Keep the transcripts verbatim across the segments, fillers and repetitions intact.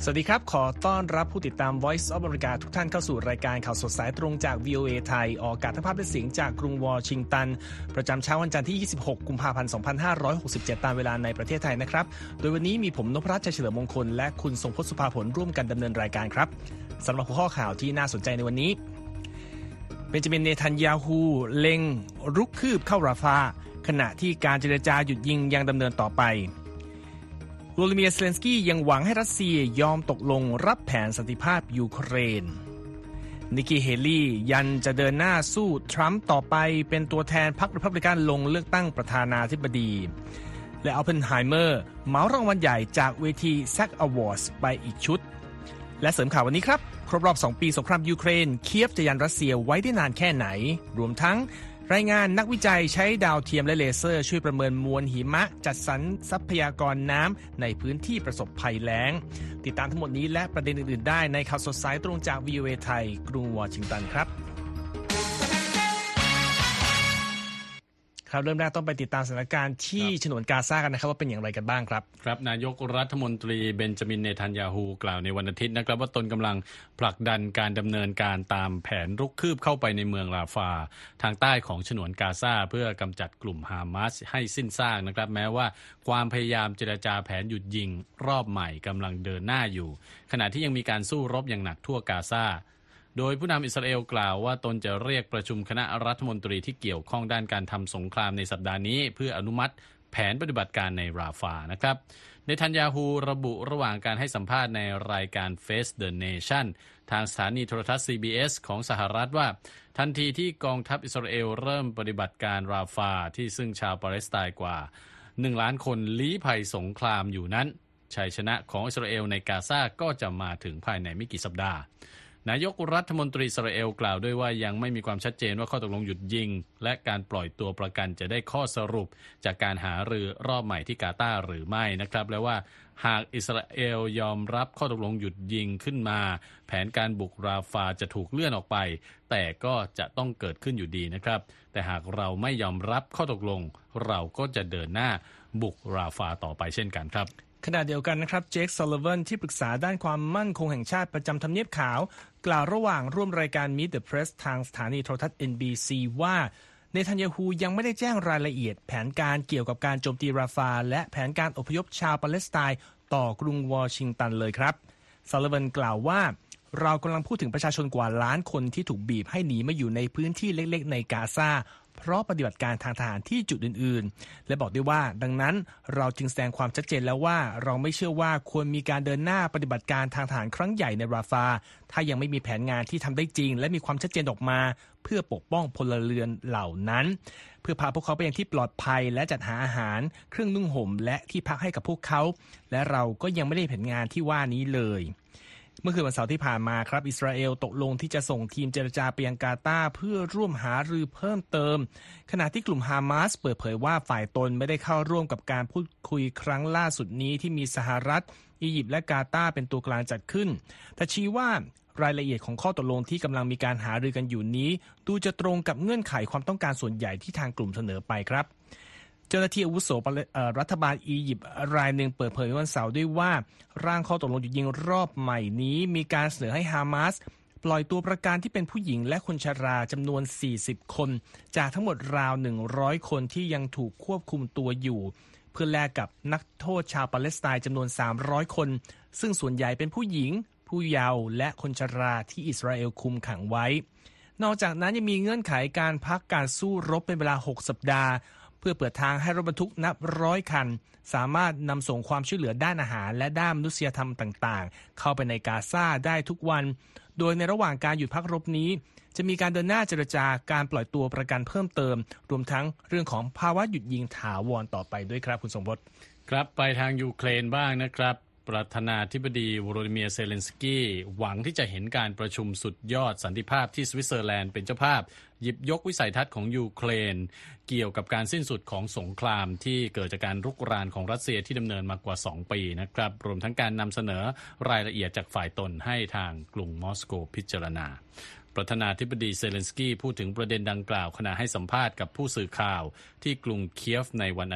สวัสดีครับขอต้อนรับผู้ติดตาม Voice of America ทุกท่านเข้าสู่รายการข่าวสดสายตรงจาก วี โอ เอ ไทยออกอากาศทั้งภาพและเสียงจากกรุงวอชิงตันประจำเช้าวันจันทร์ที่ยี่สิบหกกุมภาพันธ์สองพันห้าร้อยหกสิบเจ็ดตามเวลาในประเทศไทยนะครับโดยวันนี้มีผมนพรัตน์ ชัยเฉลิมมงคลและคุณทรงพจน์ สุภาผลร่วมกันดำเนินรายการครับสำหรับหัวข้อข่าวที่น่าสนใจในวันนี้เบนจามิน เนทันยาฮูเล็งรุกคืบเข้าราฟาขณะที่การเจรจาหยุดยิงยังดำเนินต่อไปโวโลดิเมียร์ เซเลนสกี้ยังหวังให้รัสเซียยอมตกลงรับแผนสันติภาพยูเครนนิกกี้ เฮลี่ยันจะเดินหน้าสู้ทรัมป์ต่อไปเป็นตัวแทนพรรครีพับลิกันลงเลือกตั้งประธานาธิบดีและอัลเพนไฮเมอร์เหมารางวัลใหญ่จากเวที แซค อวอร์ด ไปอีกชุดและเสริมข่าววันนี้ครับครบรอบสองปีสงครามยูเครนเคียฟจะยันรัสเซียไว้ได้นานแค่ไหนรวมทั้งรายงานนักวิจัยใช้ดาวเทียมและเลเซอร์ช่วยประเมินมวลหิมะจัดสรรทรัพยากรน้ำในพื้นที่ประสบภัยแล้งติดตามทั้งหมดนี้และประเด็นอื่นๆได้ในข่าวสดสายตรงจาก วี โอ เอ ไทยกรุงวอชิงตันครับครับเริ่มแรกต้องไปติดตามสถานการณ์ที่ฉนวนกาซากันนะครับว่าเป็นอย่างไรกันบ้างครับครับนายกรัฐมนตรีเบนจามิน เนทันยาฮูกล่าวในวันอาทิตย์นะครับว่าตนกำลังผลักดันการดำเนินการตามแผนรุกคืบเข้าไปในเมืองราฟาทางใต้ของฉนวนกาซาเพื่อกำจัดกลุ่มฮามาสให้สิ้นซากนะครับแม้ว่าความพยายามเจรจาแผนหยุดยิงรอบใหม่กำลังเดินหน้าอยู่ขณะที่ยังมีการสู้รบอย่างหนักทั่วกาซาโดยผู้นำอิสราเอลกล่าวว่าตนจะเรียกประชุมคณะรัฐมนตรีที่เกี่ยวข้องด้านการทำสงครามในสัปดาห์นี้เพื่ออนุมัติแผนปฏิบัติการในราฟานะครับเนทันยาฮูระบุระหว่างการให้สัมภาษณ์ในรายการ Face the Nation ทางสถานีโทรทัศน์ ซี บี เอส ของสหรัฐว่าทันทีที่กองทัพอิสราเอลเริ่มปฏิบัติการราฟาที่ซึ่งชาวปาเลสไตน์กว่าหนึ่งล้านคนลี้ภัยสงครามอยู่นั้นชัยชนะของอิสราเอลในกาซาก็จะมาถึงภายในไม่กี่สัปดาห์นายกรัฐมนตรีอิสราเอลกล่าวด้วยว่ายังไม่มีความชัดเจนว่าข้อตกลงหยุดยิงและการปล่อยตัวประกันจะได้ข้อสรุปจากการหารือรอบใหม่ที่กาตาร์หรือไม่นะครับและว่าหากอิสราเอลยอมรับข้อตกลงหยุดยิงขึ้นมาแผนการบุกราฟาจะถูกเลื่อนออกไปแต่ก็จะต้องเกิดขึ้นอยู่ดีนะครับแต่หากเราไม่ยอมรับข้อตกลงเราก็จะเดินหน้าบุกราฟาต่อไปเช่นกันครับขณะเดียวกันนะครับเจค ซัลลิวันที่ปรึกษาด้านความมั่นคงแห่งชาติประจำทำเนียบขาวกล่าวระหว่างร่วมรายการ Meet the Press ทางสถานีโทรทัศน์ เอ็น บี ซี ว่าเนทันยาฮูยังไม่ได้แจ้งรายละเอียดแผนการเกี่ยวกับการโจมตีราฟาและแผนการอพยพชาวปาเลสไตน์ต่อกรุงวอชิงตันเลยครับซัลลิวันกล่าวว่าเรากำลังพูดถึงประชาชนกว่าล้านคนที่ถูกบีบให้หนีมาอยู่ในพื้นที่เล็กๆในกาซาเพราะปฏิบัติการทางทหารที่จุดอื่นๆและบอกด้วยว่าดังนั้นเราจึงแสดงความชัดเจนแล้วว่าเราไม่เชื่อว่าควรมีการเดินหน้าปฏิบัติการทางทหารครั้งใหญ่ในราฟาถ้ายังไม่มีแผนงานที่ทำได้จริงและมีความชัดเจนออกมาเพื่อปกป้องพลเรือนเหล่านั้นเพื่อพาพวกเขาไปยังที่ปลอดภัยและจัดหาอาหารเครื่องนุ่งห่มและที่พักให้กับพวกเขาและเราก็ยังไม่ได้แผนงานที่ว่านี้เลยเมื่อคืนวันเสาร์ที่ผ่านมาครับอิสราเอลตกลงที่จะส่งทีมเจรจาไปยังกาตาร์เพื่อร่วมหารือเพิ่มเติมขณะที่กลุ่มฮามาสเปิดเผยว่าฝ่ายตนไม่ได้เข้าร่วมกับการพูดคุยครั้งล่าสุดนี้ที่มีสหรัฐอียิปต์และกาตาร์เป็นตัวกลางจัดขึ้นแต่ชี้ว่ารายละเอียดของข้อตกลงที่กำลังมีการหารือกันอยู่นี้ดูจะตรงกับเงื่อนไขความต้องการส่วนใหญ่ที่ทางกลุ่มเสนอไปครับเจ้าหน้าที่อาวุโสรัฐบาลอียิปต์รายหนึ่งเปิดเผยวันเสาร์ด้วยว่าร่างข้อตกลงหยุดยิงรอบใหม่นี้มีการเสนอให้ฮามาสปล่อยตัวประกันที่เป็นผู้หญิงและคนชราจำนวนสี่สิบคนจากทั้งหมดราวหนึ่งร้อยคนที่ยังถูกควบคุมตัวอยู่เพื่อแลกกับนักโทษชาวปาเลสไตน์จำนวนสามร้อยคนซึ่งส่วนใหญ่เป็นผู้หญิงผู้เยาว์และคนชราที่อิสราเอลคุมขังไว้นอกจากนั้นยังมีเงื่อนไขการพักการสู้รบเป็นเวลาหกสัปดาห์เพื่อเปิดทางให้รถบรรทุกนับร้อยคันสามารถนำส่งความช่วยเหลือด้านอาหารและด้านมนุษยธรรมต่างๆเข้าไปในกาซาได้ทุกวันโดยในระหว่างการหยุดพักรบนี้จะมีการเดินหน้าเจรจาการปล่อยตัวประกันเพิ่มเติมรวมทั้งเรื่องของภาวะหยุดยิงถาวรต่อไปด้วยครับคุณสมบัติครับไปทางยูเครนบ้างนะครับประธานาธิบดีโวโลดิเมียร์ เซเลนสกี้หวังที่จะเห็นการประชุมสุดยอดสันติภาพที่สวิตเซอร์แลนด์เป็นเจ้าภาพหยิบยกวิสัยทัศน์ของยูเครนเกี่ยวกับการสิ้นสุดของสงครามที่เกิดจากการรุกรานของรัสเซียที่ดำเนินมากว่าสองปีนะครับรวมทั้งการนำเสนอรายละเอียดจากฝ่ายตนให้ทางกรุงมอสโกพิจารณาประธานาธิบดีเซเลนสกี้พูดถึงประเด็นดังกล่าวขณะให้สัมภาษณ์กับผู้สื่อข่าวที่กรุงเคียฟในวันอาทิตย์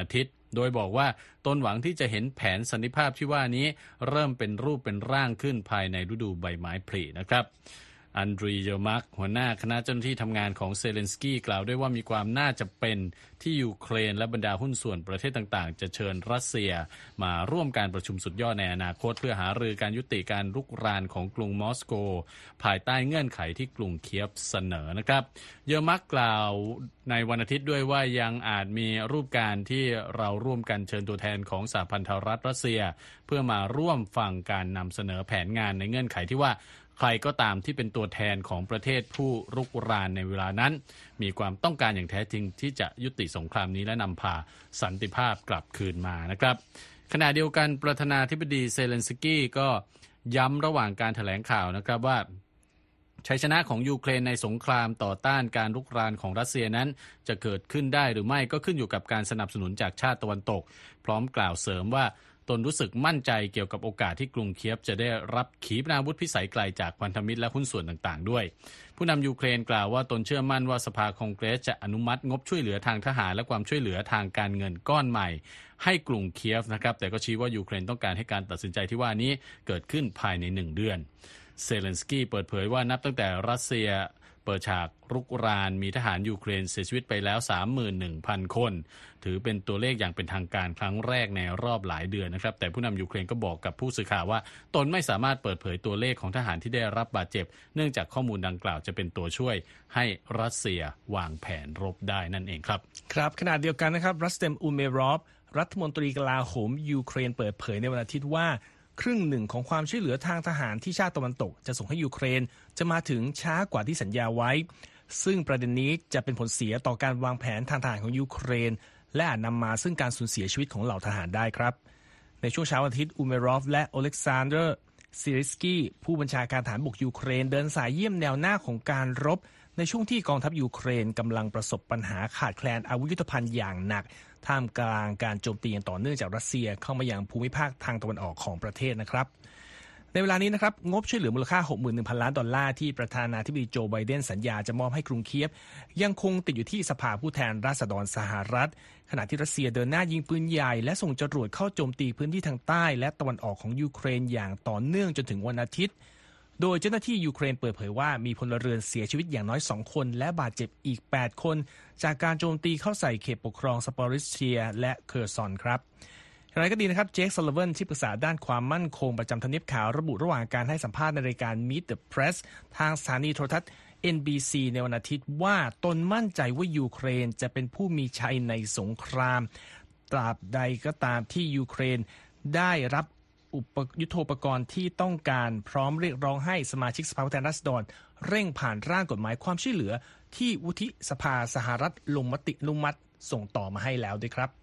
โดยบอกว่าตนหวังที่จะเห็นแผนสันติภาพที่ว่านี้เริ่มเป็นรูปเป็นร่างขึ้นภายในฤดูใบไม้ผลินะครับอันดรีเยอร์มักหัวหน้าคณะเจ้าหน้าที่ทำงานของเซเลนสกี้กล่าวด้วยว่ามีความน่าจะเป็นที่ยูเครนและบรรดาหุ้นส่วนประเทศต่างๆจะเชิญรัสเซียมาร่วมการประชุมสุดยอดในอนาคตเพื่อหารือการยุติการรุกรานของกรุงมอสโกภายใต้เงื่อนไขที่กรุงเคียฟเสนอนะครับเยอร์มักกล่าวในวันอาทิตย์ด้วยว่ายังอาจมีรูปการที่เราร่วมกันเชิญตัวแทนของสหพันธรัฐรัสเซียเพื่อมาร่วมฟังการนำเสนอแผนงานในเงื่อนไขที่ว่าใครก็ตามที่เป็นตัวแทนของประเทศผู้รุกรานในเวลานั้นมีความต้องการอย่างแท้จริงที่จะยุติสงครามนี้และนำพาสันติภาพกลับคืนมานะครับขณะเดียวกันประธานาธิบดีเซเลนสกี้ก็ย้ำระหว่างการแถลงข่าวนะครับว่าชัยชนะของยูเครนในสงครามต่อต้านการรุกรานของรัสเซียนั้นจะเกิดขึ้นได้หรือไม่ก็ขึ้นอยู่กับการสนับสนุนจากชาติตะวันตกพร้อมกล่าวเสริมว่าตนรู้สึกมั่นใจเกี่ยวกับโอกาสที่กรุงเคียฟจะได้รับขีปนาวุธพิสัยไกลจากพันธมิตรและหุ้นส่วนต่างๆด้วยผู้นำยูเครนกล่าวว่าตนเชื่อมั่นว่าสภาคองเกรสจะอนุมัติงบช่วยเหลือทางทหารและความช่วยเหลือทางการเงินก้อนใหม่ให้กรุงเคียฟนะครับแต่ก็ชี้ว่ายูเครนต้องการให้การตัดสินใจที่ว่านี้เกิดขึ้นภายในหนึ่งเดือนเซเลนสกี้เปิดเผยว่านับตั้งแต่รัสเซียเปิดฉากรุกรานมีทหารยูเครนเสียชีวิตไปแล้ว สามหมื่นหนึ่งพัน คนถือเป็นตัวเลขอย่างเป็นทางการครั้งแรกในรอบหลายเดือนนะครับแต่ผู้นำยูเครนก็บอกกับผู้สื่อข่าวว่าตนไม่สามารถเปิดเผยตัวเลขของทหารที่ได้รับบาดเจ็บเนื่องจากข้อมูลดังกล่าวจะเป็นตัวช่วยให้รัสเซียวางแผนรบได้นั่นเองครับครับขณะเดียวกันนะครับรัสเต็มอูเมรอฟรัฐมนตรีกลาโหมยูเครนเปิดเผยในวันอาทิตย์ว่าครึ่งหนึ่งของความช่วยเหลือทางทหารที่ชาติตะวันตกจะส่งให้ยูเครนจะมาถึงช้ากว่าที่สัญญาไว้ซึ่งประเด็นนี้จะเป็นผลเสียต่อการวางแผนทางทหารของยูเครนและอาจนำมาซึ่งการสูญเสียชีวิตของเหล่าทหารได้ครับในช่วงเช้าวันอาทิตย์อูเมรอฟและโอเล็กซานเดอร์ซิริสกี้ผู้บัญชาการทหารบกยูเครนเดินสายเยี่ยมแนวหน้าของการรบในช่วงที่กองทัพยูเครนกำลังประสบปัญหาขาดแคลนอาวุธยุทโธภัณฑ์อย่างหนักท่ามกลางการโจมตีอย่างต่อเนื่องจากรัสเซียเข้ามายังภูมิภาคทางตะวันออกของประเทศนะครับในเวลานี้นะครับงบช่วยเหลือมูลค่า หกหมื่นหนึ่งพัน ล้านดอลลาร์ที่ประธานาธิบดีโจไบเดนสัญญาจะมอบให้กรุงเคียฟยังคงติดอยู่ที่สภาผู้แทนราษฎรสหรัฐขณะที่รัสเซียเดินหน้ายิงปืนใหญ่และส่งจรวดเข้าโจมตีพื้นที่ทางใต้และตะวันออกของยูเครนอย่างต่อเนื่องจนถึงวันอาทิตย์โดยเจ้าหน้าที่ยูเครนเปิดเผยว่ามีพลเรือนเสียชีวิตอย่างน้อยสองคนและบาดเจ็บอีกแปดคนจากการโจมตีเข้าใส่เขตปกครองซาปอริเชียและเคอร์ซอนครับอย่างไรก็ดีนะครับเจค ซัลลิเวนที่ปรึกษาด้านความมั่นคงประจำทำเนียบขาวระบุระหว่างการให้สัมภาษณ์ในรายการ Meet the Press ทางสถานีโทรทัศน์ เอ็น บี ซี ในวันอาทิตย์ว่าตนมั่นใจว่ายูเครนจะเป็นผู้มีชัยในสงครามตราบใดก็ตามที่ยูเครนได้รับอุปยุทโธปกรณ์ที่ต้องการพร้อมเรียกร้องให้สมาชิกสภาผู้แทนราษฎรเร่งผ่านร่างกฎหมายความช่วยเหลือที่วุฒิสภาสหรัฐลงมติอนุมัติส่งต่อมาให้แล้วด้วยครับ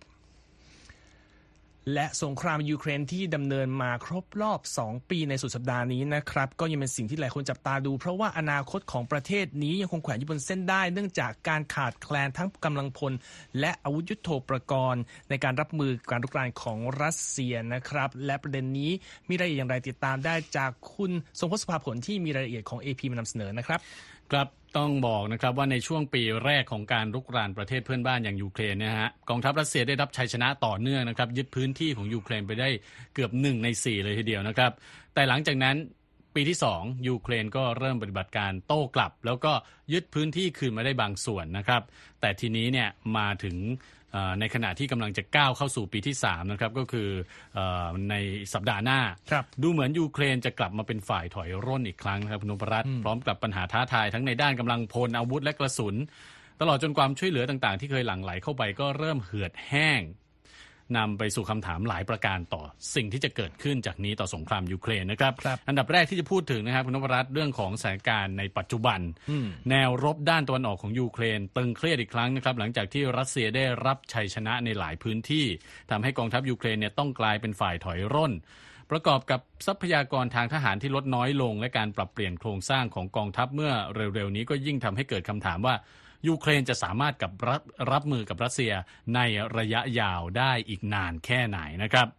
และสงครามยูเครนที่ดำเนินมาครบรอบสองปีในสุดสัปดาห์นี้นะครับก็ยังเป็นสิ่งที่หลายคนจับตาดูเพราะว่าอนาคตของประเทศนี้ยังคงแขวนอยู่บนเส้นได้เนื่องจากการขาดแคลนทั้งกำลังพลและอาวุธยุทโธปกรณ์ในการรับมือการรุกรานของรัสเซียนะครับและประเด็นนี้มีรายละเอียดอย่างไรติดตามได้จากคุณทรงพจน์สุภาผลที่มีรายละเอียดของ เอ พี มานำเสนอนะครับครับต้องบอกนะครับว่าในช่วงปีแรกของการรุกรานประเทศเพื่อนบ้านอย่างยูเครนนะฮะกองทัพรัสเซียได้รับชัยชนะต่อเนื่องนะครับยึดพื้นที่ของยูเครนไปได้เกือบหนึ่งในสี่เลยทีเดียวนะครับแต่หลังจากนั้นปีที่สองยูเครนก็เริ่มปฏิบัติการโต้กลับแล้วก็ยึดพื้นที่คืนมาได้บางส่วนนะครับแต่ทีนี้เนี่ยมาถึงในขณะที่กำลังจะก้าวเข้าสู่ปีที่สามนะครับก็คือในสัปดาห์หน้าดูเหมือนยูเครนจะกลับมาเป็นฝ่ายถอยร่นอีกครั้งนะครับคุณนพรัตน์พร้อมกับปัญหาท้าทายทั้งในด้านกำลังพลอาวุธและกระสุนตลอดจนความช่วยเหลือต่างๆที่เคยหลั่งไหลเข้าไปก็เริ่มเหือดแห้งนำไปสู่คำถามหลายประการต่อสิ่งที่จะเกิดขึ้นจากนี้ต่อสงครามยูเครนนะครับอันดับแรกที่จะพูดถึงนะครับคุณนพรัตน์เรื่องของสถานการณ์ในปัจจุบันแนวรบด้านตะวันออกของยูเครนตึงเครียดอีกครั้งนะครับหลังจากที่รัสเซียได้รับชัยชนะในหลายพื้นที่ทำให้กองทัพยูเครนเนี่ยต้องกลายเป็นฝ่ายถอยร่นประกอบกับทรัพยากรทางทหารที่ลดน้อยลงและการปรับเปลี่ยนโครงสร้างของกองทัพเมื่อเร็วๆนี้ก็ยิ่งทำให้เกิดคำถามว่ายูเครนจะสามารถกับรับรับมือกับรัสเซียในระยะยาวได้อีกนานแค่ไหนนะครับ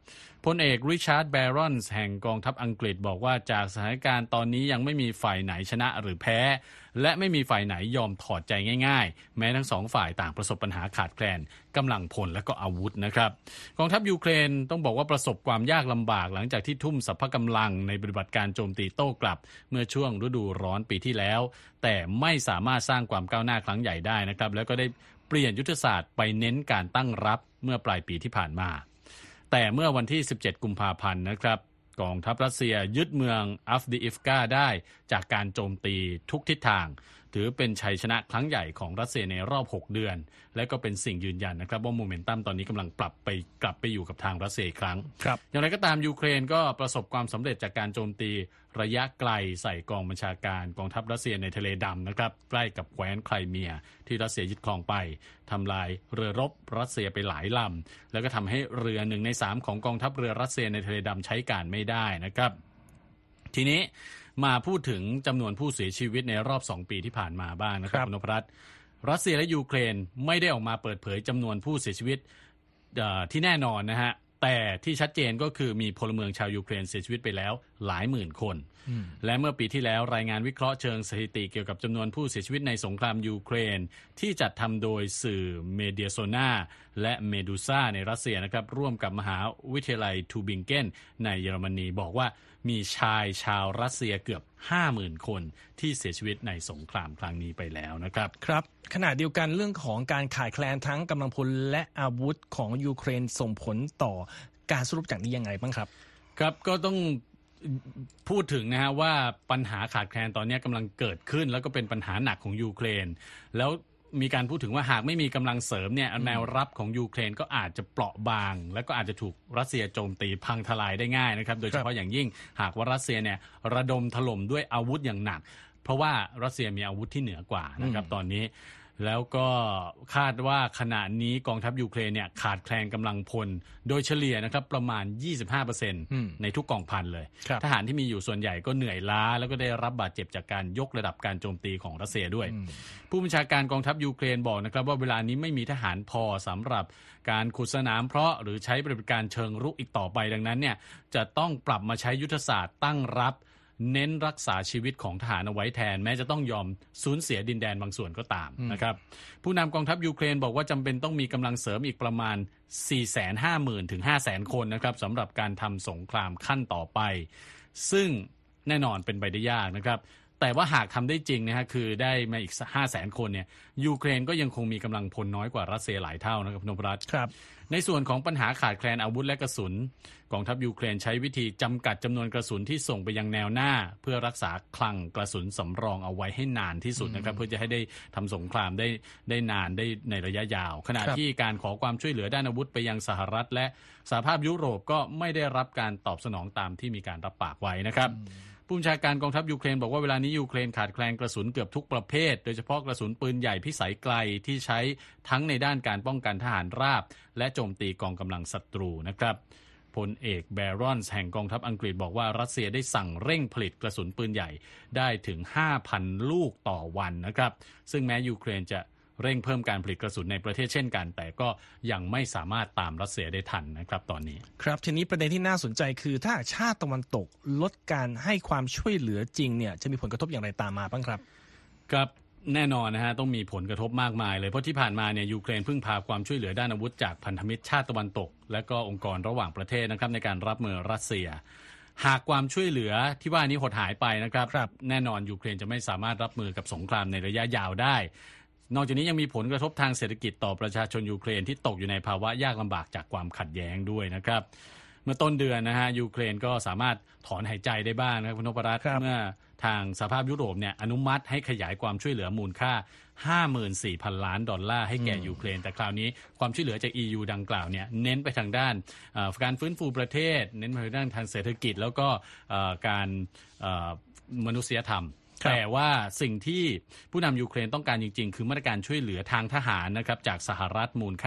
พลเอกริชาร์ดแบรอนส์แห่งกองทัพอังกฤษบอกว่าจากสถานการณ์ตอนนี้ยังไม่มีฝ่ายไหนชนะหรือแพ้และไม่มีฝ่ายไหนยอมถอดใจง่ายๆแม้ทั้งสองฝ่ายต่างประสบปัญหาขาดแคลนกำลังพลและก็อาวุธนะครับกองทัพยูเครนต้องบอกว่าประสบความยากลำบากหลังจากที่ทุ่มสรรพกำลังในปฏิบัติการโจมตีโต้กลับเมื่อช่วงฤดูร้อนปีที่แล้วแต่ไม่สามารถสร้างความก้าวหน้าครั้งใหญ่ได้นะครับแล้วก็ได้เปลี่ยนยุทธศาสตร์ไปเน้นการตั้งรับเมื่อปลายปีที่ผ่านมาแต่เมื่อวันที่สิบเจ็ดกุมภาพันธ์นะครับกองทัพรัสเซียยึดเมืองอัฟดิอิฟกาได้จากการโจมตีทุกทิศทางถือเป็นชัยชนะครั้งใหญ่ของรัสเซียในรอบหกเดือนและก็เป็นสิ่งยืนยันนะครับว่าโมเมนตัมตอนนี้กำลังปรับไปกลับไปอยู่กับทางรัสเซียอีกครั้งอย่างไรก็ตามยูเครนก็ประสบความสำเร็จจากการโจมตีระยะไกลใส่กองบัญชาการกองทัพรัสเซียในทะเลดำนะครับใกล้กับแคว้นไครเมียที่รัสเซียยึดครองไปทำลายเรือรบรัสเซียไปหลายลำแล้วก็ทำให้เรือหนึ่งในสามของกองทัพเรือรัสเซียในทะเลดำใช้การไม่ได้นะครับทีนี้มาพูดถึงจำนวนผู้เสียชีวิตในรอบสองปีที่ผ่านมาบ้างนะครับคุณนพรัตน์รัสเซียและยูเครนไม่ได้ออกมาเปิดเผยจำนวนผู้เสียชีวิตที่แน่นอนนะฮะแต่ที่ชัดเจนก็คือมีพลเมืองชาวยูเครนเสียชีวิตไปแล้วหลายหมื่นคนและเมื่อปีที่แล้วรายงานวิเคราะห์เชิงสถิติเกี่ยวกับจำนวนผู้เสียชีวิตในสงครามยูเครนที่จัดทำโดยสื่อเมเดียโซนาและเมดูซ่าในรัสเซียนะครับร่วมกับมหาวิทยาลัยทูบิงเกนในเยอรมนีบอกว่ามีชายชาวรัสเซียเกือบ ห้าหมื่น คนที่เสียชีวิตในสงครามครั้งนี้ไปแล้วนะครับครับขณะเดียวกันเรื่องของการขาดแคลนทั้งกำลังพลและอาวุธของยูเครนส่งผลต่อการสรุปจากนี้ยังไงบ้างครับครับก็ต้องพูดถึงนะฮะว่าปัญหาขาดแคลนตอนนี้กำลังเกิดขึ้นแล้วก็เป็นปัญหาหนักของยูเครนแล้วมีการพูดถึงว่าหากไม่มีกำลังเสริมเนี่ยแนวรับของยูเครนก็อาจจะเปราะบางแล้วก็อาจจะถูกรัสเซียโจมตีพังทลายได้ง่ายนะครับโดยเฉพาะอย่างยิ่งหากว่ารัสเซียเนี่ยระดมถล่มด้วยอาวุธอย่างหนักเพราะว่ารัสเซียมีอาวุธที่เหนือกว่านะครับตอนนี้แล้วก็คาดว่าขณะนี้กองทัพยูเครนเนี่ยขาดแคลนกำลังพลโดยเฉลี่ยนะครับประมาณ ยี่สิบห้าเปอร์เซ็นต์ ในทุกกองพันเลยทหารที่มีอยู่ส่วนใหญ่ก็เหนื่อยล้าแล้วก็ได้รับบาดเจ็บจากการยกระดับการโจมตีของรัสเซียด้วยผู้บัญชาการกองทัพยูเครนบอกนะครับว่าเวลานี้ไม่มีทหารพอสำหรับการขุดสนามเพราะหรือใช้ปฏิบัติการเชิงรุกอีกต่อไปดังนั้นเนี่ยจะต้องปรับมาใช้ยุทธศาสตร์ตั้งรับเน้นรักษาชีวิตของทหารเอาไว้แทนแม้จะต้องยอมสูญเสียดินแดนบางส่วนก็ตามนะครับผู้นำกองทัพยูเครนบอกว่าจำเป็นต้องมีกำลังเสริมอีกประมาณ สี่แสนห้าหมื่น ถึง ห้าแสน คนนะครับสำหรับการทำสงครามขั้นต่อไปซึ่งแน่นอนเป็นไปได้ยากนะครับแต่ว่าหากทำได้จริงนะฮะคือได้มาอีก ห้าแสน คนเนี่ยยูเครนก็ยังคงมีกำลังพลน้อยกว่ารัสเซียหลายเท่านะครับนพรัตน์ครับในส่วนของปัญหาขาดแคลนอาวุธและกระสุนกองทัพยูเครนใช้วิธีจำกัดจำนวนกระสุนที่ส่งไปยังแนวหน้าเพื่อรักษาคลังกระสุนสำรองเอาไว้ให้นานที่สุดนะครับเพื่อจะให้ได้ทำสงครามได้ได้นานได้ในระยะยาวขณะที่การขอความช่วยเหลือด้านอาวุธไปยังสหรัฐและสหภาพยุโรปก็ไม่ได้รับการตอบสนองตามที่มีการรับปากไว้นะครับผู้บัญชาการกองทัพยูเครนบอกว่าเวลานี้ยูเครนขาดแคลนกระสุนเกือบทุกประเภทโดยเฉพาะกระสุนปืนใหญ่พิสัยไกลที่ใช้ทั้งในด้านการป้องกันทหารราบและโจมตีกองกำลังศัตรูนะครับพลเอกแบรอนส์แห่งกองทัพอังกฤษบอกว่ารัสเซียได้สั่งเร่งผลิตกระสุนปืนใหญ่ได้ถึง ห้าพัน ลูกต่อวันนะครับซึ่งแม้ยูเครนจะเร่งเพิ่มการผลิตกระสุนในประเทศเช่นกันแต่ก็ยังไม่สามารถตามรัสเซียได้ทันนะครับตอนนี้ครับทีนี้ประเด็นที่น่าสนใจคือถ้าชาติตะวันตกลดการให้ความช่วยเหลือจริงเนี่ยจะมีผลกระทบอย่างไรตามมาบ้างครับครับแน่นอนนะฮะต้องมีผลกระทบมากมายเลยเพราะที่ผ่านมาเนี่ยยูเครนพึ่งพาความช่วยเหลือด้านอาวุธจากพันธมิตรชาติตะวันตกและก็องค์กรระหว่างประเทศนะครับในการรับมือรัสเซียหากความช่วยเหลือที่ว่านี้หดหายไปนะครับแน่นอนยูเครนจะไม่สามารถรับมือกับสงครามในระยะยาวได้นอกจากนี้ยังมีผลกระทบทางเศรษฐกิจต่อประชาชนยูเครนที่ตกอยู่ในภาวะยากลำบากจากความขัดแย้งด้วยนะครับเมื่อต้นเดือนนะฮะยูเครนก็สามารถถอนหายใจได้บ้างนะครับคุณนพรัตน์เมื่อทางสหภาพยุโรปเนี่ยอนุมัติให้ขยายความช่วยเหลือมูลค่า ห้าหมื่นสี่พัน ล้านดอลลาร์ให้แก่ยูเครนแต่คราวนี้ความช่วยเหลือจาก อี ยู ดังกล่าวเนี่ยเน้นไปทางด้านการฟื้นฟูประเทศเน้นไปทางด้านทางเศรษฐกิจแล้วก็การมนุษยธรรมแต่ว่าสิ่งที่ผู้นำยูเครนต้องการจริงๆคือมาตรการช่วยเหลือทางทหารนะครับจากสหรัฐมูลค่า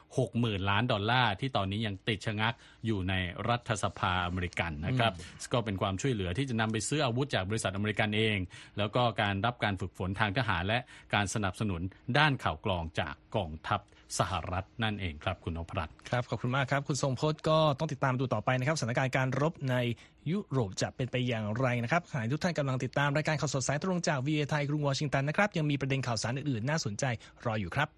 หกหมื่นล้านดอลลาร์ที่ตอนนี้ยังติดชะงักอยู่ในรัฐสภาอเมริกันนะครับก็เป็นความช่วยเหลือที่จะนำไปซื้ออาวุธจากบริษัทอเมริกันเองแล้วก็การรับการฝึกฝนทางทหารและการสนับสนุนด้านข่าวกรองจากกองทัพสหรัฐนั่นเองครับคุณนพรัตน์ครับขอบคุณมากครับคุณทรงพจน์ก็ต้องติดตามดูต่อไปนะครับสถานการณ์การรบในยุโรปจะเป็นไปอย่างไรนะครับขณะที่ทุกท่านกำลังติดตามรายการข่าวสดสายตรงจาก วี โอ เอ ไทยกรุงวอชิงตันนะครับยังมีประเด็นข่าวสารอื่นๆน่าสนใจรออยู่ครับ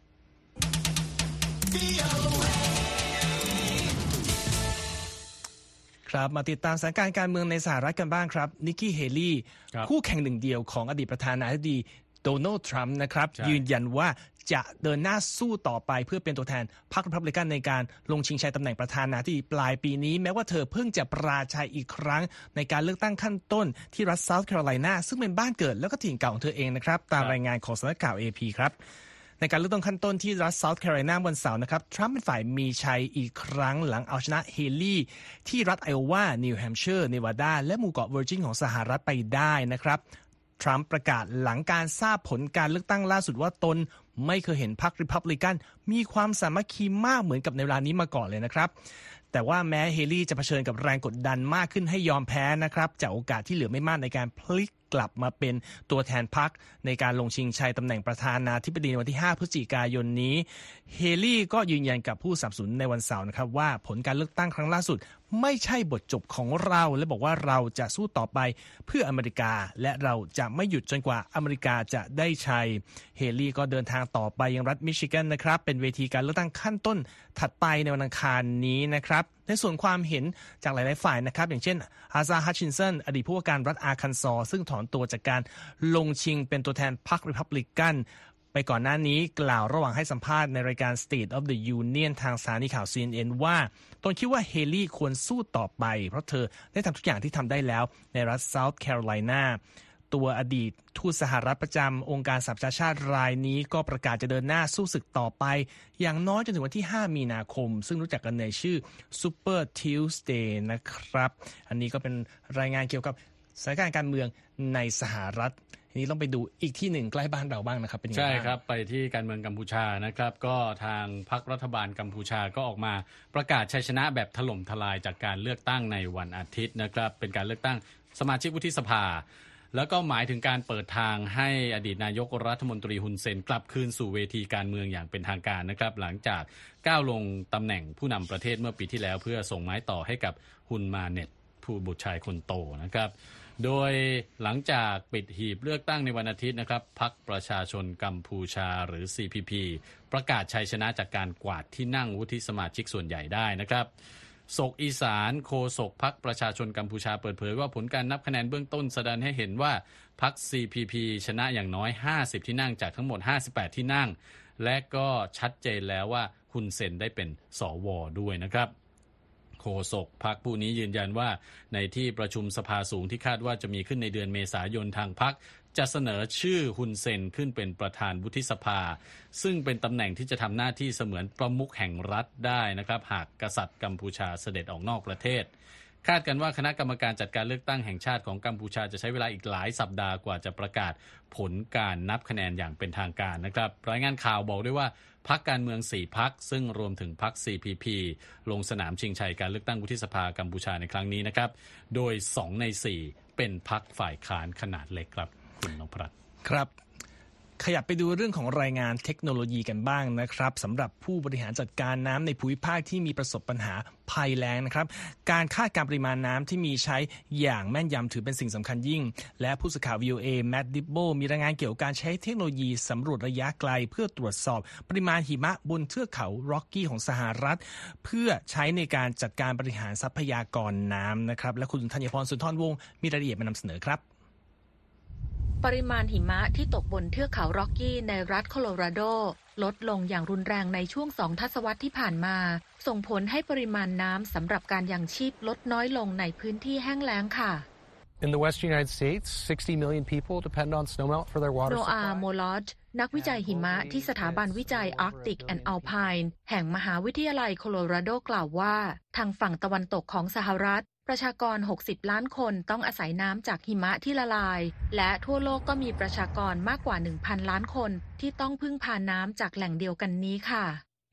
ครับมาติดตามสถานการณ์การเมืองในสหรัฐกันบ้างครับนิกกี้เฮลี่คู่แข่งหนึ่งเดียวของอดีตประธานาธิบดีโดนัลด์ทรัมป์นะครับยืนยันว่าจะเดินหน้าสู้ต่อไปเพื่อเป็นตัวแทนพรรครีพับลิกันในการลงชิงชัยตำแหน่งประธานาธิบดีปลายปีนี้แม้ว่าเธอเพิ่งจะปราชัยอีกครั้งในการเลือกตั้งขั้นต้นที่รัฐเซาท์แคโรไลนาซึ่งเป็นบ้านเกิดแล้วก็ถิ่นเก่าของเธอเองนะครับตามรายงานของสำนักข่าว เอ พี ครับในการเลือกตั้งขั้นต้นที่รัฐเซาท์แคโรไลนาวันเสาร์นะครับทรัมป์เป็นฝ่ายมีชัยอีกครั้งหลังเอาชนะเฮลี่ที่รัฐไอโอวานิวแฮมป์เชอร์เนวาดาและหมู่เกาะเวอร์จินของสหรัฐไปได้นะครับทรัมป์ประกาศหลังการทราบผลการเลือกตั้งล่าสุดว่าตนไม่เคยเห็นพรรครีพับลิกันมีความสามัคคีมากเหมือนกับในเวลานี้มาก่อนเลยนะครับแต่ว่าแม้เฮลี่จะเผชิญกับแรงกดดันมากขึ้นให้ยอมแพ้นะครับจากโอกาสที่เหลือไม่มากในการพลิกกลับมาเป็นตัวแทนพรรคในการลงชิงชัยตำแหน่งประธานาธิบดีในวันที่ห้าพฤศจิกายนนี้เฮลี่ก็ยืนยันกับผู้สนับสนุนในวันเสาร์นะครับว่าผลการเลือกตั้งครั้งล่าสุดไม่ใช่บทจบของเราและบอกว่าเราจะสู้ต่อไปเพื่ออเมริกาและเราจะไม่หยุดจนกว่าอเมริกาจะได้ชัยเฮลี่ก็เดินทางต่อไปยังรัฐมิชิแกนนะครับเป็นเวทีการเลือกตั้งขั้นต้นถัดไปในวันอังคารนี้นะครับในส่วนความเห็นจากหลายๆฝ่ายนะครับอย่างเช่นอาซาฮัตชินสันอดีตผู้ว่าการรัฐอาร์คันซอซึ่งถอนตัวจากการลงชิงเป็นตัวแทนพรรครีพับลิกันไปก่อนหน้านี้กล่าวระหว่างให้สัมภาษณ์ในรายการ State of the Union ทางสถานีข่าว ซี เอ็น เอ็น ว่าตนคิดว่าเฮลี่ควรสู้ต่อไปเพราะเธอได้ทำทุกอย่างที่ทำได้แล้วในรัฐ South Carolina ตัวอดีตทูตสหรัฐประจำองค์การสหประชาชาติรายนี้ก็ประกาศจะเดินหน้าสู้ศึกต่อไปอย่างน้อยจนถึงวันที่ห้ามีนาคมซึ่งรู้จักกันในชื่อ Super Tuesday นะครับอันนี้ก็เป็นรายงานเกี่ยวกับสถานการณ์การเมืองในสหรัฐทีนี้ต้องไปดูอีกที่หนึ่งใกล้บ้านเราบ้างนะครับเป็นยังไงบ้างใช่ครับไปที่การเมืองกัมพูชานะครับก็ทางพรรครัฐบาลกัมพูชาก็ออกมาประกาศชัยชนะแบบถล่มทลายจากการเลือกตั้งในวันอาทิตย์นะครับเป็นการเลือกตั้งสมาชิกวุฒิสภาแล้วก็หมายถึงการเปิดทางให้อดีตนายกรัฐมนตรีฮุนเซนกลับคืนสู่เวทีการเมืองอย่างเป็นทางการนะครับหลังจากก้าวลงตำแหน่งผู้นำประเทศเมื่อปีที่แล้วเพื่อส่งไม้ต่อให้กับฮุนมาเน็ตผู้บุตรชายคนโตนะครับโดยหลังจากปิดหีบเลือกตั้งในวันอาทิตย์นะครับพรรคประชาชนกัมพูชาหรือ ซี พี พี ประกาศชัยชนะจากการกวาดที่นั่งวุฒิสมาชิกส่วนใหญ่ได้นะครับศกอีสานโฆษกพรรคประชาชนกัมพูชาเปิดเผยว่าผลการนับคะแนนเบื้องต้นแสดงให้เห็นว่าพรรค ซี พี พี ชนะอย่างน้อยห้าสิบที่นั่งจากทั้งหมดห้าสิบแปดที่นั่งและก็ชัดเจนแล้วว่าฮุนเซนได้เป็นสวด้วยนะครับโฆษกพรรคผู้นี้ยืนยันว่าในที่ประชุมสภาสูงที่คาดว่าจะมีขึ้นในเดือนเมษายนทางพรรคจะเสนอชื่อฮุนเซนขึ้นเป็นประธานวุฒิสภาซึ่งเป็นตำแหน่งที่จะทำหน้าที่เสมือนประมุขแห่งรัฐได้นะครับหากกษัตริย์กัมพูชาเสด็จออกนอกประเทศคาดกันว่าคณะกรรมการจัดการเลือกตั้งแห่งชาติของกัมพูชาจะใช้เวลาอีกหลายสัปดาห์กว่าจะประกาศผลการนับคะแนนอย่างเป็นทางการนะครับรายงานข่าวบอกด้วยว่าพรรคการเมืองสี่พรรคซึ่งรวมถึงพรรค ซี พี พี ลงสนามชิงชัยการเลือกตั้งวุฒิสภากัมพูชาในครั้งนี้นะครับโดยสองในสี่เป็นพรรคฝ่ายค้านขนาดเล็กครับคุณนพรัตน์ครับขยับไปดูเรื่องของรายงานเทคโนโลยีกันบ้างนะครับสำหรับผู้บริหารจัดการน้ำในภูมิภาคที่มีประสบปัญหาภัยแล้งนะครับการคาดการปริมาณน้ำที่มีใช้อย่างแม่นยำถือเป็นสิ่งสำคัญยิ่งและผู้สื่อข่าว วี โอ เอ แมตต์ดิบโบมีรายงานเกี่ยวกับการใช้เทคโนโลยีสำรวจระยะไกลเพื่อตรวจสอบปริมาณหิมะบนเทือกเขาร็อกกี้ของสหรัฐเพื่อใช้ในการจัดการบริหารทรัพยากรน้ำนะครับและคุณธัญพรสุนทรวงศ์มีรายละเอียดมานำเสนอครับปริมาณหิมะที่ตกบนเทือกเขาร็อกกี้ในรัฐโคโลราโดลดลงอย่างรุนแรงในช่วงสองทศวรรษที่ผ่านมาส่งผลให้ปริมาณน้ำสำหรับการยังชีพลดน้อยลงในพื้นที่แห้งแล้งค่ะ In the western United States, sixty million people depend on snowmelt for their water supply. โนอาห์ โมลอดนักวิจัยหิมะที่สถาบันวิจัย Arctic and Alpine แห่งมหาวิทยาลัยโคโลราโดกล่าวว่าทางฝั่งตะวันตกของสหรัฐประชากรหกสิบล้านคนต้องอาศัยน้ำจากหิมะที่ละลายและทั่วโลกก็มีประชากรมากกว่า หนึ่งพัน ล้านคนที่ต้องพึ่งพาน้ำจากแหล่งเดียวกันนี้ค่ะ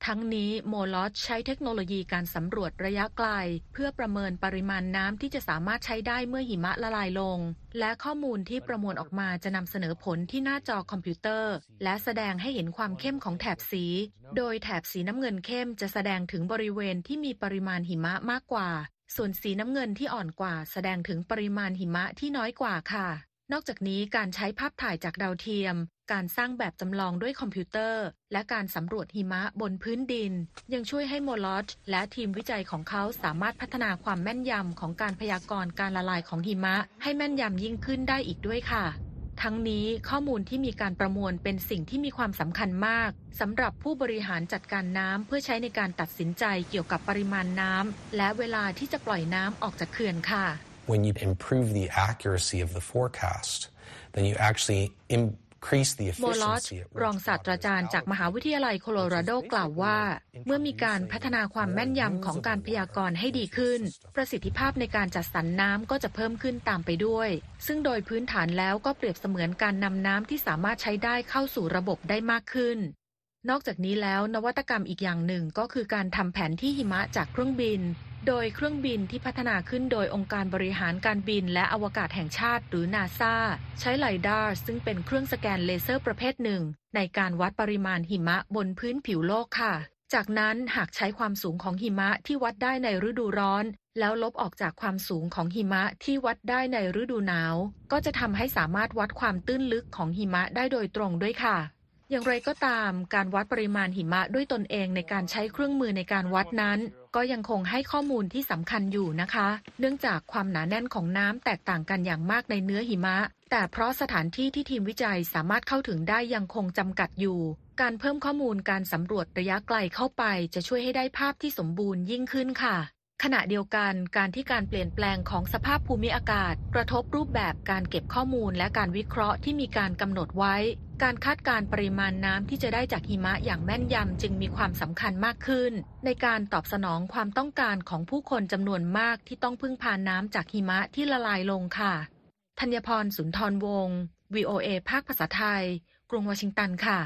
ทั้งนี้โมลอสใช้เทคโนโลยีการสำรวจระยะไกลเพื่อประเมินปริมาณน้ำที่จะสามารถใช้ได้เมื่อหิมะละลายลงและข้อมูลที่ประมวลออกมาจะนำเสนอผลที่หน้าจอคอมพิวเตอร์และแสดงให้เห็นความเข้มของแถบสีโดยแถบสีน้ำเงินเข้มจะแสดงถึงบริเวณที่มีปริมาณหิมะมากกว่าส่วนสีน้ำเงินที่อ่อนกว่าแสดงถึงปริมาณหิมะที่น้อยกว่าค่ะนอกจากนี้การใช้ภาพถ่ายจากดาวเทียมการสร้างแบบจำลองด้วยคอมพิวเตอร์และการสำรวจหิมะบนพื้นดินยังช่วยให้โมลอสและทีมวิจัยของเขาสามารถพัฒนาความแม่นยำของการพยากรณ์การละลายของหิมะให้แม่นยำยิ่งขึ้นได้อีกด้วยค่ะทั้งนี้ข้อมูลที่มีการประมวลเป็นสิ่งที่มีความสำคัญมากสำหรับผู้บริหารจัดการน้ำเพื่อใช้ในการตัดสินใจเกี่ยวกับปริมาณน้ำและเวลาที่จะปล่อยน้ำออกจากเขื่อนค่ะ When you improve the accuracy of the forecast, then you actually increase the efficiency. โมลอสรองศาสตราจารย์จากมหาวิทยาลัยโคโลราโดกล่าวว่าเมื่อมีการพัฒนาความแม่นยำของการพยากรณ์ให้ดีขึ้นประสิทธิภาพในการจัดสรรน้ำก็จะเพิ่มขึ้นตามไปด้วยซึ่งโดยพื้นฐานแล้วก็เปรียบเสมือนการนำน้ำที่สามารถใช้ได้เข้าสู่ระบบได้มากขึ้นนอกจากนี้แล้วนวัตกรรมอีกอย่างหนึ่งก็คือการทำแผนที่หิมะจากเครื่องบินโดยเครื่องบินที่พัฒนาขึ้นโดยองค์การบริหารการบินและอวกาศแห่งชาติหรือ นาซา ใช้ไลดาร์ซึ่งเป็นเครื่องสแกนเลเซอร์ประเภทหนึ่งในการวัดปริมาณหิมะบนพื้นผิวโลกค่ะจากนั้นหากใช้ความสูงของหิมะที่วัดได้ในฤดูร้อนแล้วลบออกจากความสูงของหิมะที่วัดได้ในฤดูหนาวก็จะทำให้สามารถวัดความตื้นลึกของหิมะได้โดยตรงด้วยค่ะอย่างไรก็ตามการวัดปริมาณหิมะด้วยตนเองในการใช้เครื่องมือในการวัดนั้นก็ยังคงให้ข้อมูลที่สำคัญอยู่นะคะเนื่องจากความหนาแน่นของน้ำแตกต่างกันอย่างมากในเนื้อหิมะแต่เพราะสถานที่ที่ทีมวิจัยสามารถเข้าถึงได้ยังคงจำกัดอยู่การเพิ่มข้อมูลการสำรวจระยะไกลเข้าไปจะช่วยให้ได้ภาพที่สมบูรณ์ยิ่งขึ้นค่ะขณะเดียวกันการที่การเปลี่ยนแปลงของสภาพภูมิอากาศกระทบรูปแบบการเก็บข้อมูลและการวิเคราะห์ที่มีการกำหนดไว้การคาดการณ์ปริมาณน้ำที่จะได้จากหิมะอย่างแม่นยำจึงมีความสำคัญมากขึ้นในการตอบสนองความต้องการของผู้คนจำนวนมากที่ต้องพึ่งพาน้ำจากหิมะที่ละลายลงค่ะธัญพรสุนทรวงศ์ วี โอ เอ ภาคภาษาไทยกรุงวอชิงตันค่ะ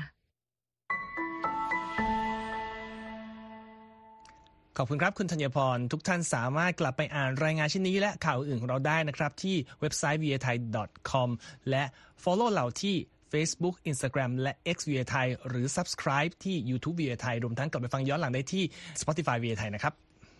ขอบคุณครับคุณธัญพรทุกท่านสามารถกลับไปอ่านรายงานชิ้นนี้และข่าวอื่นของเราได้นะครับที่เว็บไซต์ วี โอ เอ ไทย ดอท คอม และ follow เราที่ Facebook Instagram และ X วี โอ เอ ไทยหรือ Subscribe ที่ YouTube วี โอ เอ ไทยรวมทั้งกลับไปฟังย้อนหลังได้ที่ Spotify วี โอ เอ ไทยนะครับ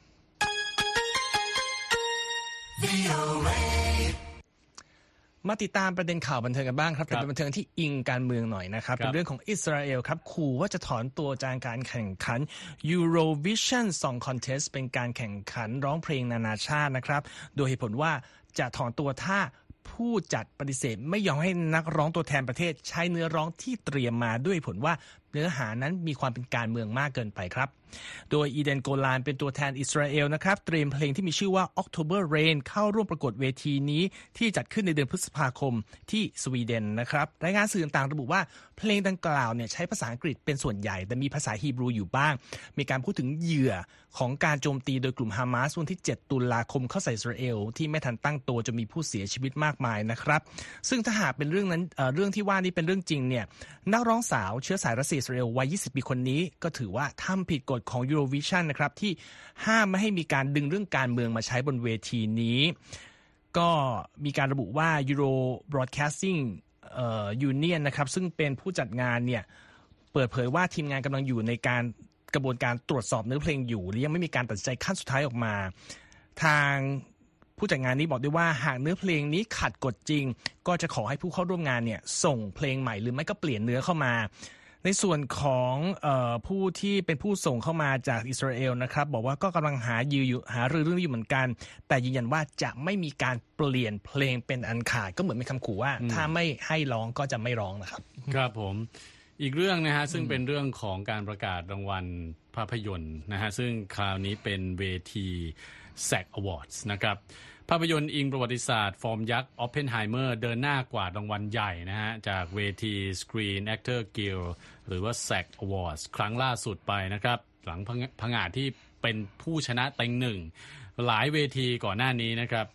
มาติดตามประเด็นข่าวบันเทิงกันบ้างครับแต่เป็นบันเทิงที่อิงการเมืองหน่อยนะครับเป็นเรื่องของอิสราเอลครับขู่ว่าจะถอนตัวจากการแข่งขัน Eurovision Song Contest เป็นการแข่งขันร้องเพลงนานาชาตินะครับโดยเหตุผลว่าจะถอนตัวถ้าผู้จัดปฏิเสธไม่ยอมให้นักร้องตัวแทนประเทศใช้เนื้อร้องที่เตรียมมาด้วยผลว่าเนื้อหานั้นมีความเป็นการเมืองมากเกินไปครับโดยอีเดนโกลานเป็นตัวแทนอิสราเอลนะครับเตรียมเพลงที่มีชื่อว่า October Rain เข้าร่วมประกวดเวทีนี้ที่จัดขึ้นในเดือนพฤษภาคมที่สวีเดนนะครับรายงานสื่อต่างๆระบุว่าเพลงดังกล่าวเนี่ยใช้ภาษาอังกฤษเป็นส่วนใหญ่แต่มีภาษาฮีบรูอยู่บ้างมีการพูดถึงเหยื่อของการโจมตีโดยกลุ่มฮามาสวันที่เจ็ดตุลาคมเข้าใส่อิสราเอลที่ไม่ทันตั้งตัวจนมีผู้เสียชีวิตมากมายนะครับซึ่งถ้าหากเป็นเรื่องนั้น เอ่อ เรื่องที่ว่านี้เป็นเรื่องจริงเนี่ยนักร้องสาวเชื้อสายรัสเซียอิสราเอลวัยยี่สิบปีคนนี้ก็ถือว่าทำผิดกฎของ Eurovision นะครับที่ห้ามไม่ให้มีการดึงเรื่องการเมืองมาใช้บนเวทีนี้ก็มีการระบุว่า Euro Broadcasting เอ่อ Union นะครับซึ่งเป็นผู้จัดงานเนี่ยเปิดเผยว่าทีมงานกำลังอยู่ในการกระบวนการตรวจสอบเนื้อเพลงอยู่และยังไม่มีการตัดสินใจขั้นสุดท้ายออกมาทางผู้จัดงานนี้บอกด้วยว่าหากเนื้อเพลงนี้ขัดกฎจริงก็จะขอให้ผู้เข้าร่วมงานเนี่ยส่งเพลงใหม่หรือไม่ก็เปลี่ยนเนื้อเข้ามาในส่วนของเอ่อผู้ที่เป็นผู้ส่งเข้ามาจากอิสราเอลนะครับบอกว่าก็กำลังหายืออยู่หารือเรื่องนี้อยู่เหมือนกันแต่ยืนยันว่าจะไม่มีการเปลี่ยนเพลงเป็นอันขาดก็เหมือนเป็นคำขู่ว่าถ้าไม่ให้ร้องก็จะไม่ร้องนะครับครับผมอีกเรื่องนะฮะซึ่งเป็นเรื่องของการประกาศรางวัลภาพยนตร์นะฮะซึ่งคราวนี้เป็นเวที แซก Awards นะครับภาพยนตร์อิงประวัติศาสตร์ฟอร์มยักษ์ Oppenheimer เดินหน้ากวาดรางวัลใหญ่นะฮะจากเวที Screen Actor Guild หรือว่า แซก Awards ครั้งล่าสุดไปนะครับหลังผงาดที่เป็นผู้ชนะเต็งหนึ่งหลายเวทีก่อนหน้านี้นะครับ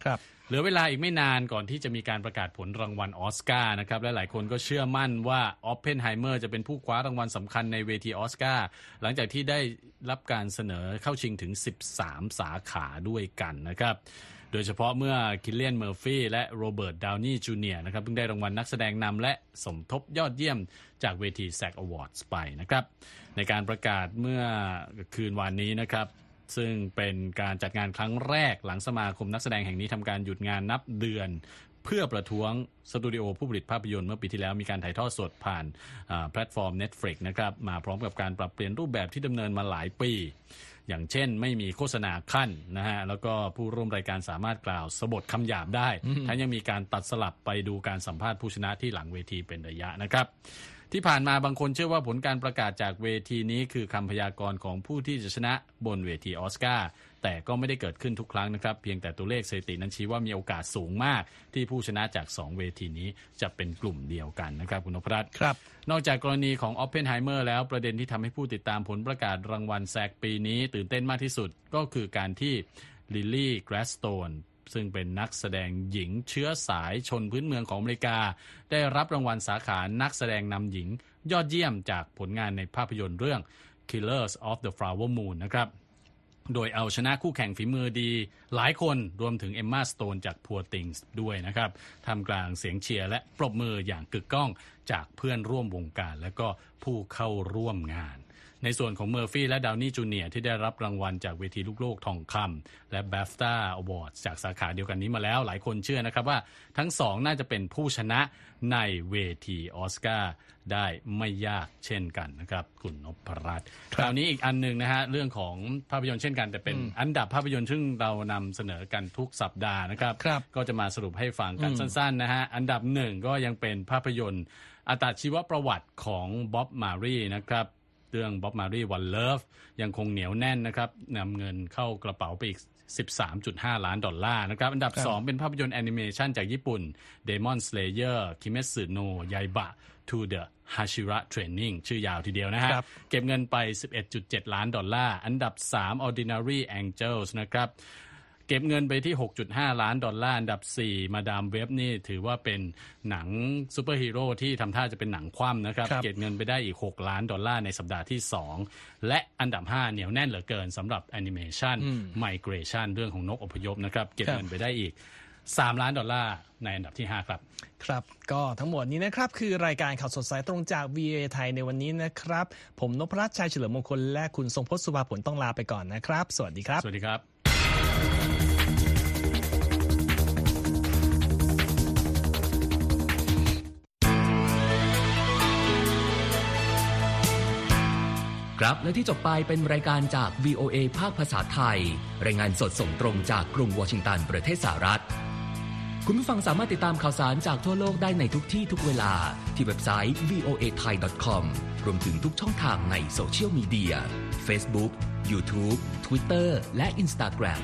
เหลือเวลาอีกไม่นานก่อนที่จะมีการประกาศผลรางวัลออสการ์นะครับและหลายคนก็เชื่อมั่นว่าออปเพนไฮเมอร์จะเป็นผู้คว้ารางวัลสำคัญในเวทีออสการ์หลังจากที่ได้รับการเสนอเข้าชิงถึงสิบสามสาขาด้วยกันนะครับโดยเฉพาะเมื่อคิลเลียนเมอร์ฟี่และโรเบิร์ตดาวนี่จูเนียร์นะครับเพิ่งได้รางวัลนักแสดงนำและสมทบยอดเยี่ยมจากเวที แซก Awards ไปนะครับในการประกาศเมื่อคืนวานนี้นะครับซึ่งเป็นการจัดงานครั้งแรกหลังสมาคมนักแสดงแห่งนี้ทำการหยุดงานนับเดือนเพื่อประท้วงสตูดิโอผู้ผลิตภาพยนตร์เมื่อปีที่แล้วมีการถ่ายทอดสดผ่านแพลตฟอร์ม Netflix นะครับมาพร้อมกับการปรับเปลี่ยนรูปแบบที่ดำเนินมาหลายปีอย่างเช่นไม่มีโฆษณาขั้นนะฮะแล้วก็ผู้ร่วมรายการสามารถกล่าวสบทคำหยาบได้ทั้งยังมีการตัดสลับไปดูการสัมภาษณ์ผู้ชนะที่หลังเวทีเป็นระยะนะครับที่ผ่านมาบางคนเชื่อว่าผลการประกาศจากเวทีนี้คือคำพยากรณ์ของผู้ที่จะชนะบนเวทีออสการ์แต่ก็ไม่ได้เกิดขึ้นทุกครั้งนะครับเพียงแต่ตัวเลขสถิตินั้นชี้ว่ามีโอกาสสูงมากที่ผู้ชนะจากสองเวทีนี้จะเป็นกลุ่มเดียวกันนะครับคุณนพรัตน์ครับนอกจากกรณีของออปเพนไฮเมอร์แล้วประเด็นที่ทำให้ผู้ติดตามผลประกาศรางวัลแซกปีนี้ตื่นเต้นมากที่สุดก็คือการที่ลิลลี่แกรสโตนซึ่งเป็นนักแสดงหญิงเชื้อสายชนพื้นเมืองของอเมริกาได้รับรางวัลสาขานักแสดงนำหญิงยอดเยี่ยมจากผลงานในภาพยนตร์เรื่อง Killers of the Flower Moon นะครับโดยเอาชนะคู่แข่งฝีมือดีหลายคนรวมถึงเอมม่าสโตนจาก Poor Things ด้วยนะครับท่ามกลางเสียงเชียร์และปรบมืออย่างกึกก้องจากเพื่อนร่วมวงการและก็ผู้เข้าร่วมงานในส่วนของเมอร์ฟี่และดาวนี่จูเนียร์ที่ได้รับรางวัลจากเวทีลูกโลกทองคำและ บี เอ เอฟ ที เอ Awards จากสาขาเดียวกันนี้มาแล้วหลายคนเชื่อนะครับว่าทั้งสองน่าจะเป็นผู้ชนะในเวทีออสการ์ได้ไม่ยากเช่นกันนะครับคุณนพรัตน์คราวนี้อีกอันนึงนะฮะเรื่องของภาพยนตร์เช่นกันแต่เป็นอันดับภาพยนตร์ซึ่งเรานำเสนอกันทุกสัปดาห์นะครับก็จะมาสรุปให้ฟังกันสั้นๆนะฮะอันดับหนึ่งก็ยังเป็นภาพยนตร์อตชีวประวัติของบ๊อบมารีนะครับเรื่องบ๊อบมารีวันเลิฟยังคงเหนียวแน่นนะครับนำเงินเข้ากระเป๋าไปอีก สิบสามจุดห้า ล้านดอลลาร์นะครับอันดับสองเป็นภาพยนตร์แอนิเมชันจากญี่ปุ่น Demon Slayer Kimetsu no Yaiba to the Hashira Training ชื่อยาวทีเดียวนะฮะเก็บเงินไป สิบเอ็ดจุดเจ็ด ล้านดอลลาร์อันดับสาม Ordinary Angels นะครับเก็บเงินไปที่ หกจุดห้า ล้านดอลลาร์อันดับสี่มาดามเว็บนี่ถือว่าเป็นหนังซูเปอร์ฮีโร่ที่ทำท่าจะเป็นหนังคว่ำนะครับเก็บเงินไปได้อีกหกล้านดอลลาร์ในสัปดาห์ที่สองและอันดับห้าเหนียวแน่นเหลือเกินสำหรับแอนิเมชัน Migration เรื่องของนกอพยพนะครับเก็บเงินไปได้อีกสามล้านดอลลาร์ในอันดับที่ห้าครับครับก็ทั้งหมดนี้นะครับคือรายการข่าวสดสายตรงจาก วี โอ เอ ไทยในวันนี้นะครับผมนพรัตน์ชัยเฉลิมมงคลและคุณทรงพจน์สุภาผลต้องลาไปก่อนนะครับสวัสดีครับสวัสดีครับครับและที่จบไปเป็นรายการจาก วี โอ เอ ภาคภาษาไทยรายงานสดส่งตรงจากกรุงวอชิงตันประเทศสหรัฐคุณผู้ฟังสามารถติดตามข่าวสารจากทั่วโลกได้ในทุกที่ทุกเวลาที่เว็บไซต์ วี โอ เอ ไทย ดอท คอม รวมถึงทุกช่องทางในโซเชียลมีเดีย Facebook YouTube Twitter และ Instagram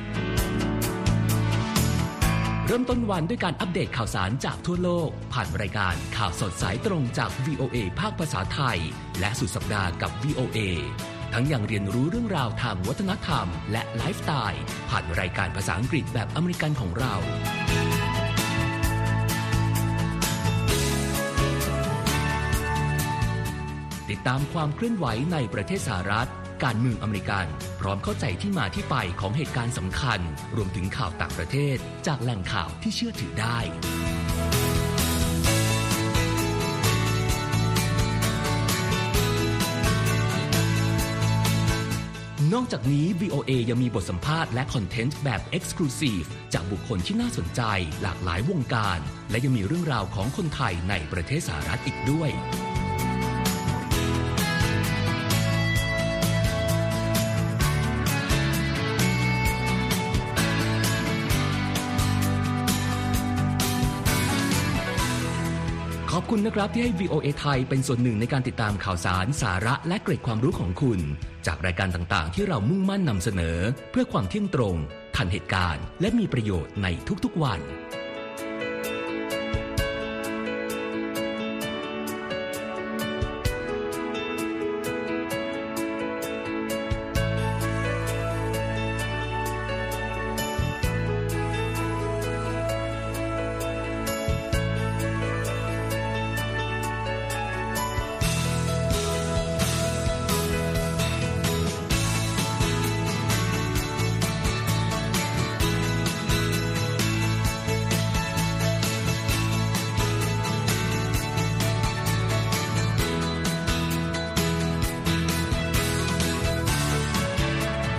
เริ่มต้นวันด้วยการอัปเดตข่าวสารจากทั่วโลกผ่านรายการข่าวสดสายตรงจาก วี โอ เอ ภาคภาษาไทยและสุดสัปดาห์กับ วี โอ เอ ทั้งยังเรียนรู้เรื่องราวทางวัฒนธรรมและไลฟ์สไตล์ผ่านรายการภาษาอังกฤษแบบอเมริกันของเราติดตามความเคลื่อนไหวในประเทศสหรัฐการเมืองอเมริกันพร้อมเข้าใจที่มาที่ไปของเหตุการณ์สำคัญรวมถึงข่าวต่างประเทศจากแหล่งข่าวที่เชื่อถือได้นอกจากนี้ วี โอ เอ ยังมีบทสัมภาษณ์และคอนเทนต์แบบ Exclusive จากบุคคลที่น่าสนใจหลากหลายวงการและยังมีเรื่องราวของคนไทยในประเทศสหรัฐอีกด้วยขอบคุณนะครับที่ให้ วี โอ เอ ไทยเป็นส่วนหนึ่งในการติดตามข่าวสารสาระและเกร็ดความรู้ของคุณจากรายการต่างๆที่เรามุ่งมั่นนำเสนอเพื่อความเที่ยงตรงทันเหตุการณ์และมีประโยชน์ในทุกๆวัน